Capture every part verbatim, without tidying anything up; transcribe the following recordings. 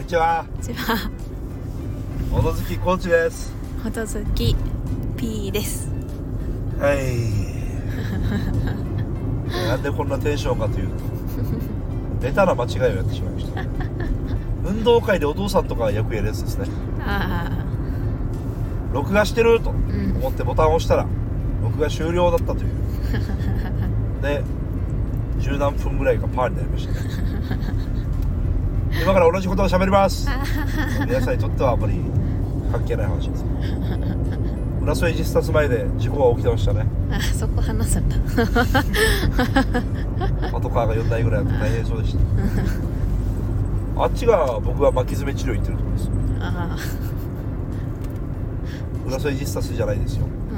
ちは。 こんにちは。 ほどずきコーチです。 ほどずき P です。 はいなんでこんなテンションかというとベタな間違いをやってしまいました運動会でお父さんとかがよくやるやつですね。 ああ、 録画してると思ってボタンを押したら、うん、録画終了だったというで十何分ぐらいがパーになりましたね今から同じことを喋ります皆さんにとってはあまり関係ない話です浦添ジスタス前で事故が起きてましたね。 あ、そこ話すんだパトカーがよんだいぐらいあって大変そうでしたあっちが僕が巻き爪治療行ってるところです。 あ浦添ジスタスじゃないですよ、うん、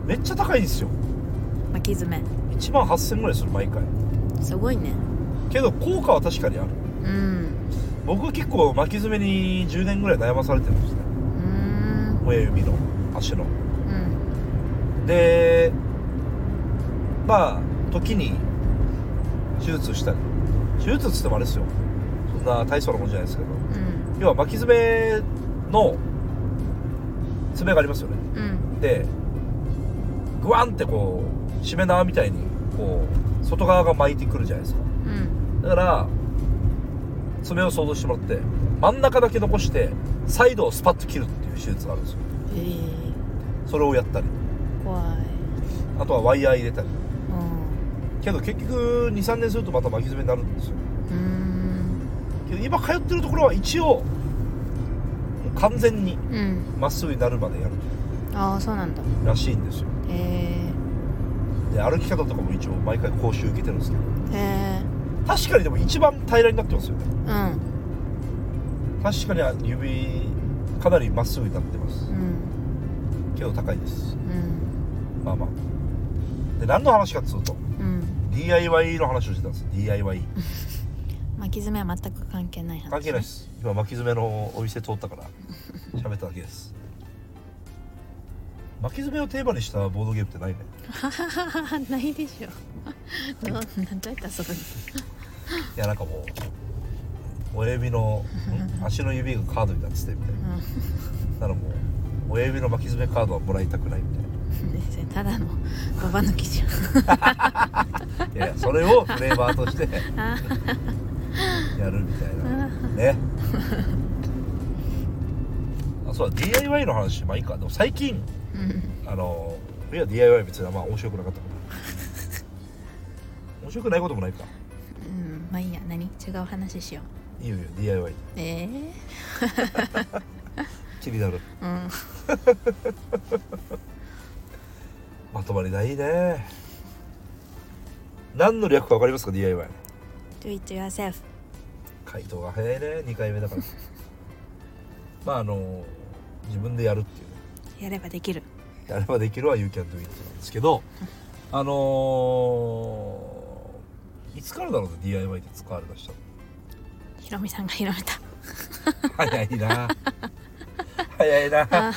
めっちゃ高いんですよ。 巻き爪いちまんはっせんぐらいする毎回。 すごいね。 けど効果は確かにある。うん、僕は結構巻き爪にじゅうねんぐらい悩まされてるんですね。うーん、親指の足の、うん、でまあ時に手術したり、手術っつってもあれですよ、そんな大層なもんじゃないですけど、うん、要は巻き爪の爪がありますよね、うん、でグワンってこうしめ縄みたいにこう外側が巻いてくるじゃないですか、うん、だから爪を想像してもらって真ん中だけ残してサイドをスパッと切るっていう手術があるんですよ。えー、それをやったり、怖い。あとはワイヤー入れたり、うん、けど結局 にさんねんするとまた巻き爪になるんですよ。うーん、けど今通ってるところは一応完全にまっすぐになるまでやる、 うん、ああそうなんだらしいんですよ。へえ。で歩き方とかも一応毎回講習受けてるんですけど、へえ、確かにでも一番平らになってますよね。うん、確かに指かなりまっすぐになってます、うん、けど高いです、うん、まあまあで何の話かっつうと、うん、ディーアイワイ の話をしてたんです。 ディーアイワイ巻き爪は全く関係ない話、ね、 関係ないです。今巻き爪のお店通ったから喋っただけです巻き爪をテーマにしたボードゲームってないねないでしょどうやって遊ぶのいやなんかもう親指の足の指がカードになっててみたいな、だからもう親指の巻き爪カードはもらいたくないみたいなただのババ抜きじゃんいやいやそれをフレーバーとしてやるみたいなねあ、そうだ ディーアイワイ の話まあいいか。でも最近、うん、あのいや ディーアイワイ 別にまあ面白くなかった面白くないこともないか。 うん、まあいいや。何違う話しよう。いいよいいよ ディーアイワイ。ええー、気になる。うんまとまりないね。何の略か分かりますか ディーアイワイ。 Do it yourself。 回答が早いね。にかいめだからまああの自分でやるっていう、 ね、やればできる。 やればできるは You can do it なんですけどあのー、いつからだろうね ディーアイワイ って使われだしたの。 ひろみさんが広めた早いな早いな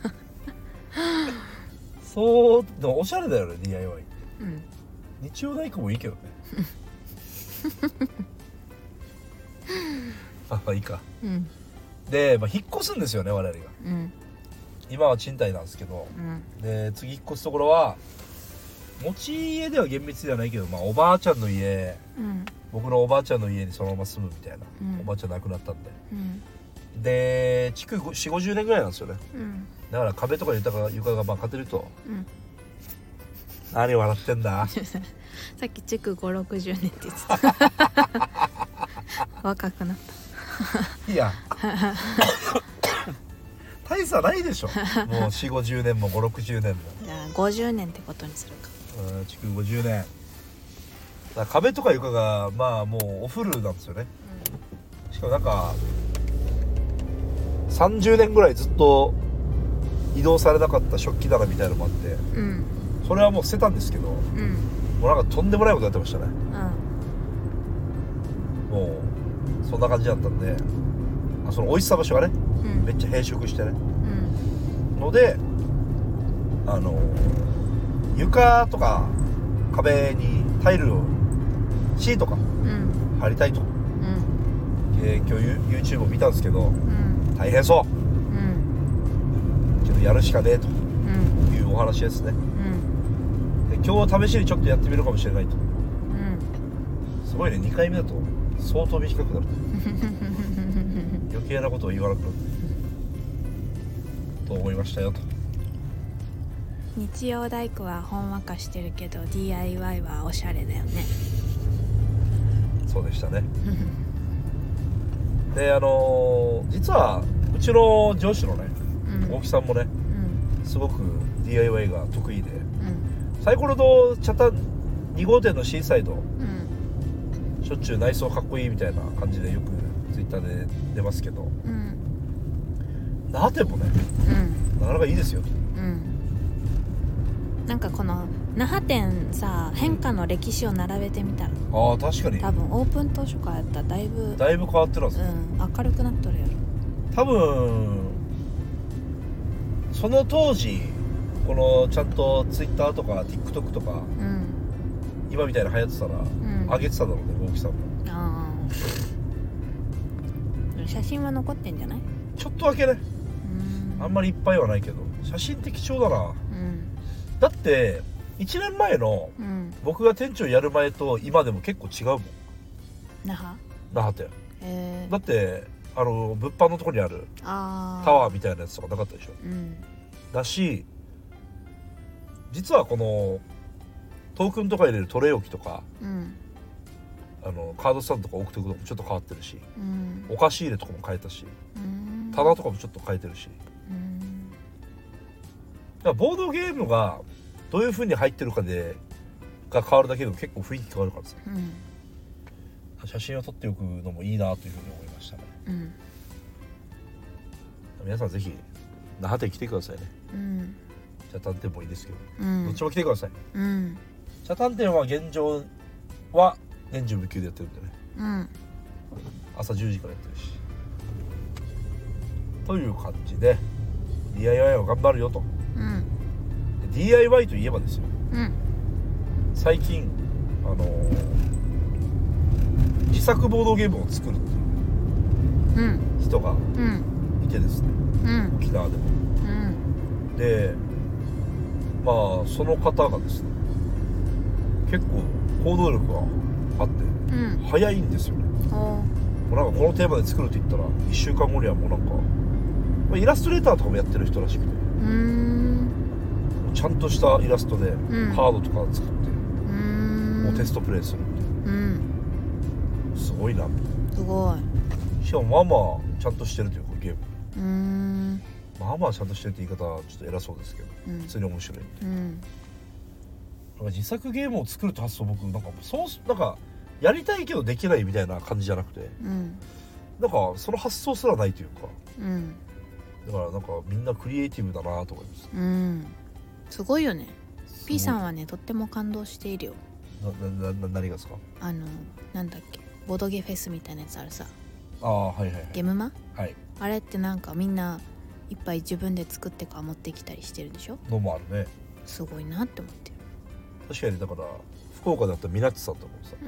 そうでもおしゃれだよね ディーアイワイ って、うん、日曜大工もいいけどねああいいか、うん、で、まあ、引っ越すんですよね我々が、うん、今は賃貸なんですけど、うん、で次引っ越すところは持ち家では厳密ではないけど、まあ、おばあちゃんの家、うん、僕のおばあちゃんの家にそのまま住むみたいな、うん、おばあちゃん亡くなったんで、うん、で築よんじゅうごじゅうねんぐらいなんですよね、うん、だから壁とか床が床がまあ勝てると、うん、何笑ってんださっき築ごじゅうろくじゅうねんって言ってた若くなったいや大差ないでしょもうよんじゅうごじゅうねんもごじゅうろくじゅうねんも。 じゃあごじゅうねんってことにするか。 うん、築ごじゅうねんだから壁とか床がまあもうおフルなんですよね、うん、しかもなんかさんじゅうねんぐらいずっと移動されなかった食器棚みたいなのもあって、うん、それはもう捨てたんですけど、うん、もうなんかとんでもないことやってましたね、うん、もうそんな感じだったんで、あその美味しさ場所がね、うん、めっちゃ併設してね、うん、のであの床とか壁にタイルをシートか、うん、貼りたいと、うん、 えー、今日 YouTube を見たんですけど、 うん、 大変そう、 うん、 けどやるしかねえとうん、 いうお話ですね、 うん、 で今日試しにちょっとやってみるかもしれないと、 うん、 すごいね、にかいめだと相当短くなる余計なことを言わなくなると思いましたよと。 日曜大工はほんわかしてるけど ディーアイワイ はおしゃれだよね。 そうでしたねで、あのー、実はうちの上司のね、うん、大木さんもね、うん、すごく ディーアイワイ が得意で、うん、サイコロとチャタンに号店のシーサイド、うん、しょっちゅう内装かっこいいみたいな感じでよくツイッターで出ますけど、うん、那覇店もね、うん、なかなかいいですよと、うん、 なんかこの那覇店さ、変化の歴史を並べてみたら、 ああ確かに多分オープン当初からやったらだいぶだいぶ変わってるんですよ、 うん、明るくなっとるやろ多分。その当時このちゃんと Twitter とか TikTok とか、うん、今みたいな流行ってたら、うん、上げてただろうね、大木さんも。ああ写真は残ってんじゃない？ ちょっとだけね、うん、あんまりいっぱいはないけど写真って貴重だな、うん、だっていちねんまえの、うん、僕が店長やる前と今でも結構違うもん。 那覇？ 那覇店、えー、だってあの物販のところにあるあタワーみたいなやつとかなかったでしょ、うん、だし実はこのトークンとか入れるトレイ置きとか、うん、あのカードスタンドとか置くところもちょっと変わってるし、うん、お菓子入れとかも変えたし、うん、棚とかもちょっと変えてるし、うん、だからボードゲームがどういう風に入ってるかでが変わるだけでも結構雰囲気変わるからさ、うん、写真を撮っておくのもいいなというふうに思いましたね、うん、皆さんぜひ那覇店来てくださいね、うん、チャタン店もいいですけど、うん、どっちも来てください、うん、チャタン店は現状は年中無休でやってるんでね、うん、朝じゅうじからやってるしという感じで ディーアイワイ を頑張るよと、うん、ディーアイワイ といえばですよ、うん、最近あのー、自作ボードゲームを作るっていう人がいてですね、うん、沖縄でも、うん、でまあその方がですね結構行動力があって、うん、早いんですよね。もうなんかこのテーマで作るって言ったらいっしゅうかんごにはもうなんか、まあ、イラストレーターとかもやってる人らしくて、うーんちゃんとしたイラストでカードとか作って、うん、もうテストプレイするっていう、うん、すごいな。 すごい。しかもまあまあちゃんとしてるというかゲーム、うーんまあまあちゃんとしてるって言い方はちょっと偉そうですけど、うん、普通に面白い、うん、なんか自作ゲームを作るって発想僕なんかそうなんかやりたいけどできないみたいな感じじゃなくて、うん、なんかその発想すらないというか、うん、だからなんかみんなクリエイティブだなと思います、うん、 すごいよね。 P さんはねとっても感動しているよ。 ななな何がですか？ あのなんだっけボドゲフェスみたいなやつあるさ。 ああはいはいはい。 ゲムマ？ はい。 あれってなんかみんないっぱい自分で作ってか持ってきたりしてるでしょ。 のもあるね。 すごいなって思ってる。 確かにだから福岡だったらミナッチさんとかもさ、うん、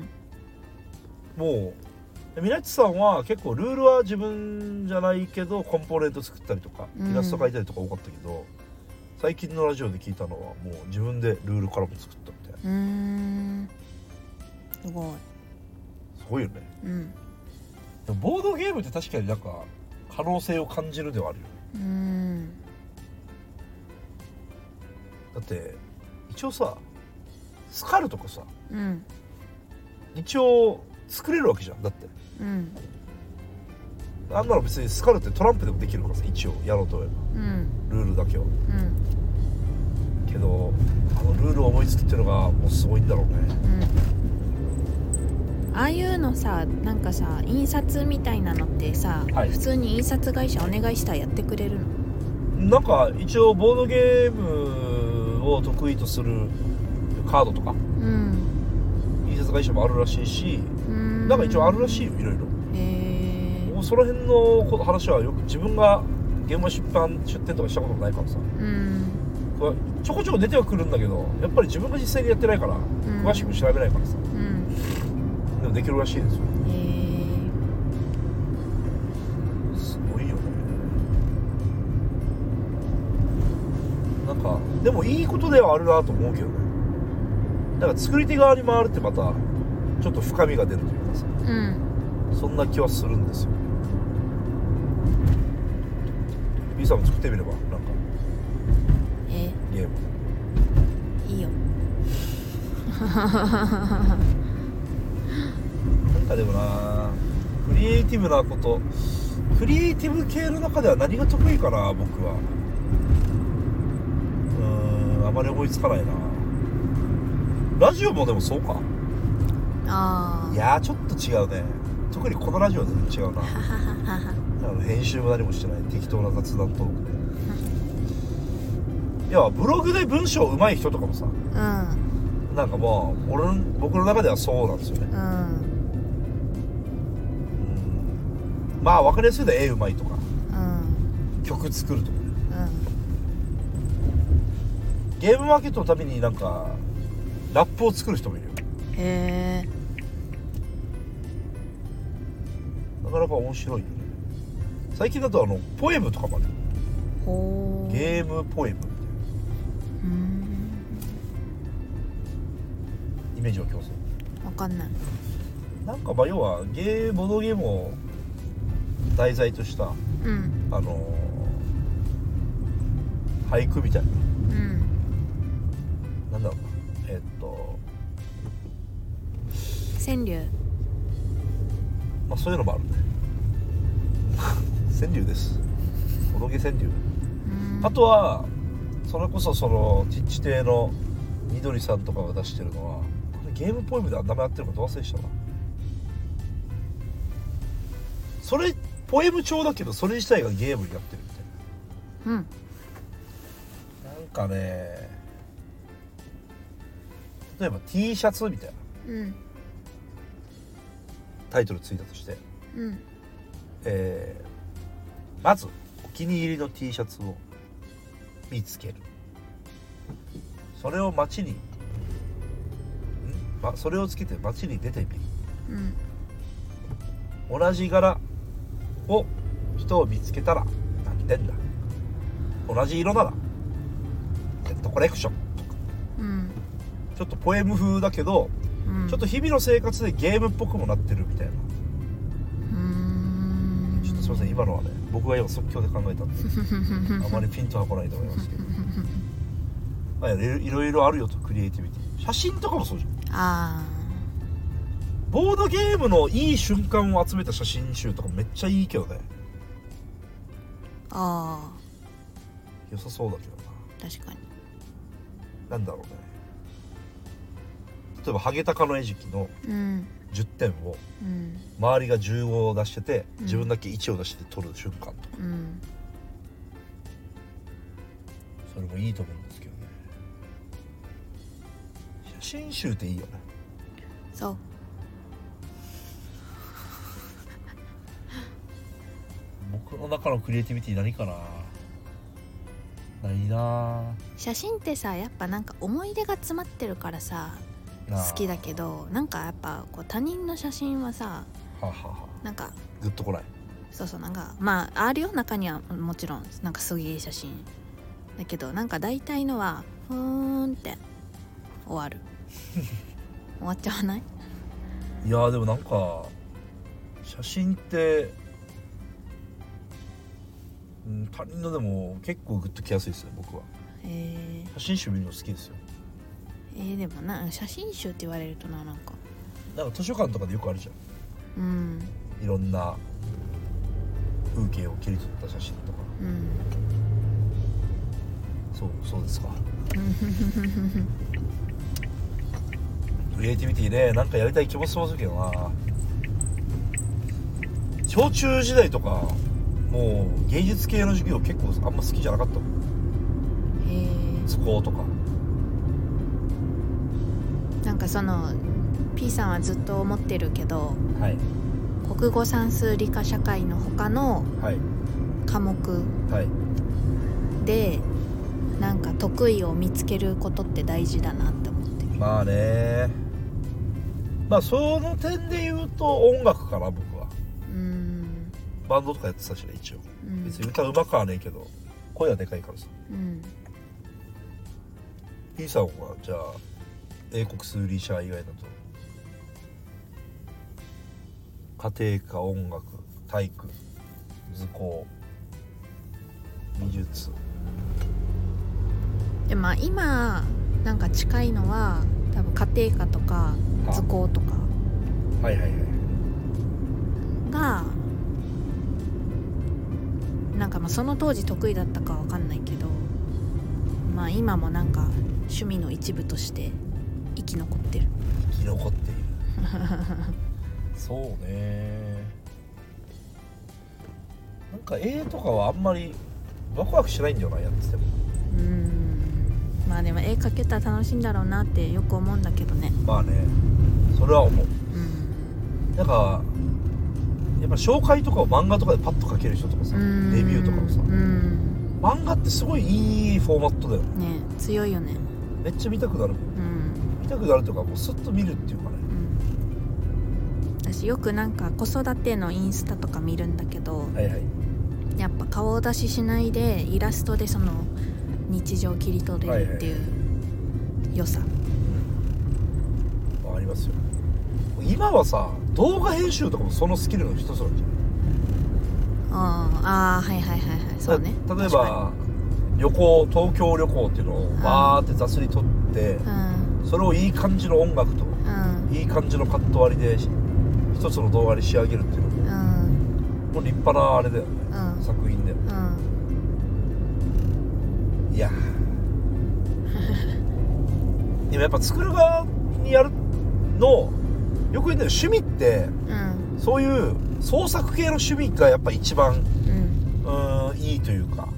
もうミナッチさんは結構ルールは自分じゃないけどコンポーネント作ったりとか、うん、イラスト描いたりとか多かったけど、最近のラジオで聞いたのはもう自分でルールからも作ったみたいな。うーんすごいすごいよね、うん、でもボードゲームって確かになんか可能性を感じるではあるよね。うーんだって一応さスカルとかさ、うん、一応作れるわけじゃん。だって、うん、あんなの別にスカルってトランプでもできるからさ一応やろうと思えば、うん、ルールだけは、うん、けどあのルールを思いつくっていうのがもうすごいんだろうね、 うん、ああいうのさなんかさ印刷みたいなのってさ、はい、普通に印刷会社お願いしたらやってくれるの？ なんか一応ボードゲームを得意とするカードとか、うん、印刷会社もあるらしいし、んなんか一応あるらしいよいろいろ。へもうその辺の話はよく自分がゲーム出版出展とかしたこともないからさ、うん、ちょこちょこ出てはくるんだけどやっぱり自分が実際にやってないから、うん、詳しく調べないからさ、うん、でもできるらしいですよ。へでもいいことではあるなと思うけどね。だから作り手側に回るってまたちょっと深みが出るというかさ、うん、そんな気はするんですよ。 B さんも作ってみれば。なんかえゲームいいよなんかでもな、クリエイティブなこと、クリエイティブ系の中では何が得意かな、僕は。うーん、あまり思いつかないな。ラジオもでもそうか。 ああ、いやーちょっと違うね。特にこのラジオは全然違うなあの編集も何もしてない適当な雑談トークでいやブログで文章上手い人とかもさ、うん、なんかまあ俺の僕の中ではそうなんですよね、うんうん、まあ分かりやすいのは絵上手いとか、うん、曲作るとか、うん、ゲームマーケットのためになんかラップを作る人もいるよ。 へえ、 なかなか面白いよね。最近だとあのポエムとかもある。ほー、ゲームポエムみたいな、うーん、イメージは強制わかんない。 なんかまあ要はゲーボードゲームを題材とした、うん、あのー、俳句みたいな、うん、なんだろうな、えー、っと川柳、 まあそういうのもあるね川柳です。ボドゲ川柳。あとはそれこそそのティッチ亭のみどりさんとかが出してるのは、ゲームポエムで名前やってるかど忘れしたな。それポエム調だけどそれ自体がゲームになってるみたいな、うん、なんかね、例えば T シャツみたいな、うん、タイトルついたとして、うん、えーまずお気に入りの T シャツを見つける。それを街にん、ま、それをつけて街に出てみる、うん、同じ柄を人を見つけたら何点だ、同じ色ならセットコレクションとか、うん、ちょっとポエム風だけど、うん、ちょっと日々の生活でゲームっぽくもなってるみたいな。ちょっとすいません、今のはね僕が今即興で考えたんであまりピンとは来ないと思いますけどまあ、いろいろあるよと、クリエイティビティ。写真とかもそうじゃん。あー、ボードゲームのいい瞬間を集めた写真集とかめっちゃいいけどね。ああ、良さそうだけどな。確かに。 なんだろうね、例えばハゲタカの餌食のじゅってんを、うん、周りがじゅうごを出してて、うん、自分だけいちを出して撮る瞬間とか、うん、それもいいと思うんですけどね。写真集っていいよね。 そう。 僕の中のクリエイティビティ何かな。ないな。 写真ってさ、やっぱなんか思い出が詰まってるからさ好きだけど、なんかやっぱこう他人の写真はさ、はあはあ、なんかグッとこない。 そうそう、なんかまああるよ、中にはもちろんなんかすげえ写真だけど、なんか大体のはふーんって終わる終わっちゃわない？ いやでもなんか写真って、うん、他人のでも結構グッときやすいですよ僕は。へー、写真集見るの好きですよ。 えー、でもな、写真集って言われるとな、なんかなんか図書館とかでよくあるじゃん、うん、いろんな風景を切り取った写真とか、うん、そうそうですかクリエイティビティね、なんかやりたい気もしますけどな。小中時代とかもう芸術系の授業結構あんま好きじゃなかったもん。へえ。図工とかなんかその P さんはずっと思ってるけど、はい、国語算数理科社会の他の科目でなんか得意を見つけることって大事だなって思ってる。 まあね、まあその点で言うと音楽かな僕は。うーん、バンドとかやってたしね一応、うん、別に歌うまくはねえけど声はでかいからさ、うん、 P さんはじゃあ英国数理者以外だと家庭科、音楽、体育、図工、美術。 でまあ今なんか近いのは多分家庭科とか図工とかはいはいはいがなんかまあその当時得意だったかは分かんないけど、まあ今もなんか趣味の一部として生き残ってる。 生き残っているそうね。なんか絵とかはあんまりワクワクしないんだよな、やってても。 うーん、まあでも絵描けたら楽しいんだろうなってよく思うんだけどね。 まあね、それは思う。 うんなんかやっぱ紹介とかを漫画とかでパッと描ける人とかさ、レビューとかもさ、 うん漫画ってすごいいいフォーマットだよね。 ね、強いよね。 めっちゃ見たくなる。 うん見たくなるというか、もうスッと見るっていうかね。 うん、私よくなんか子育てのインスタとか見るんだけど、 はいはい。 やっぱ顔出ししないでイラストでその日常を切り取れるっていう良さ、 うん、ありますよ。今はさ、動画編集とかもそのスキルの一つなんじゃない？ ああ、はいはいはいはい、そうね。 例えば旅行、東京旅行っていうのをバーって雑に撮って、うん、それをいい感じの音楽と、うん、いい感じのカット割りで一つの動画に仕上げるっていうのも、うん、もう立派なあれだよね、うん、作品だよね、うん、いやでもやっぱ作る側にやるのよく言うんだよ、趣味って、うん、そういう創作系の趣味がやっぱ一番、うん、うーんいいというか、うん、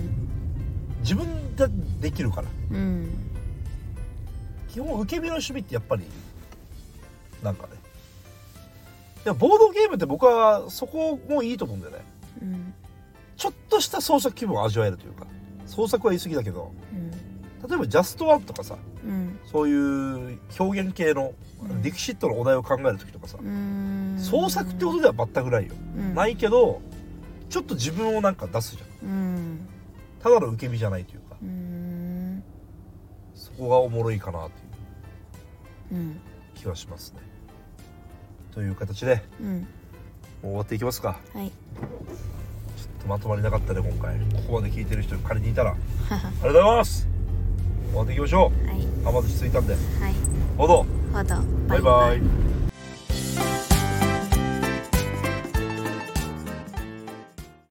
自分ができるから、うん、基本受け身の趣味ってやっぱりなんかね、でもボードゲームって僕はそこもいいと思うんだよね、うん、ちょっとした創作気分を味わえるというか、創作は言い過ぎだけど、うん、例えばジャストワンとかさ、うん、そういう表現系のディクシットのお題を考える時とかさ、うん、創作ってことでは全くないよ、うん、ないけどちょっと自分をなんか出すじゃん、うん、ただの受け身じゃないというか、うん、そこがおもろいかなという気はしますね、うん、という形で、うん、もう終わっていきますか。はい、ちょっとまとまりなかったね今回。ここまで聞いてる人仮にいたらありがとうございます。終わっていきましょう。はい、浜寿司着いたんで、はい、ほどほど、 バイバイ。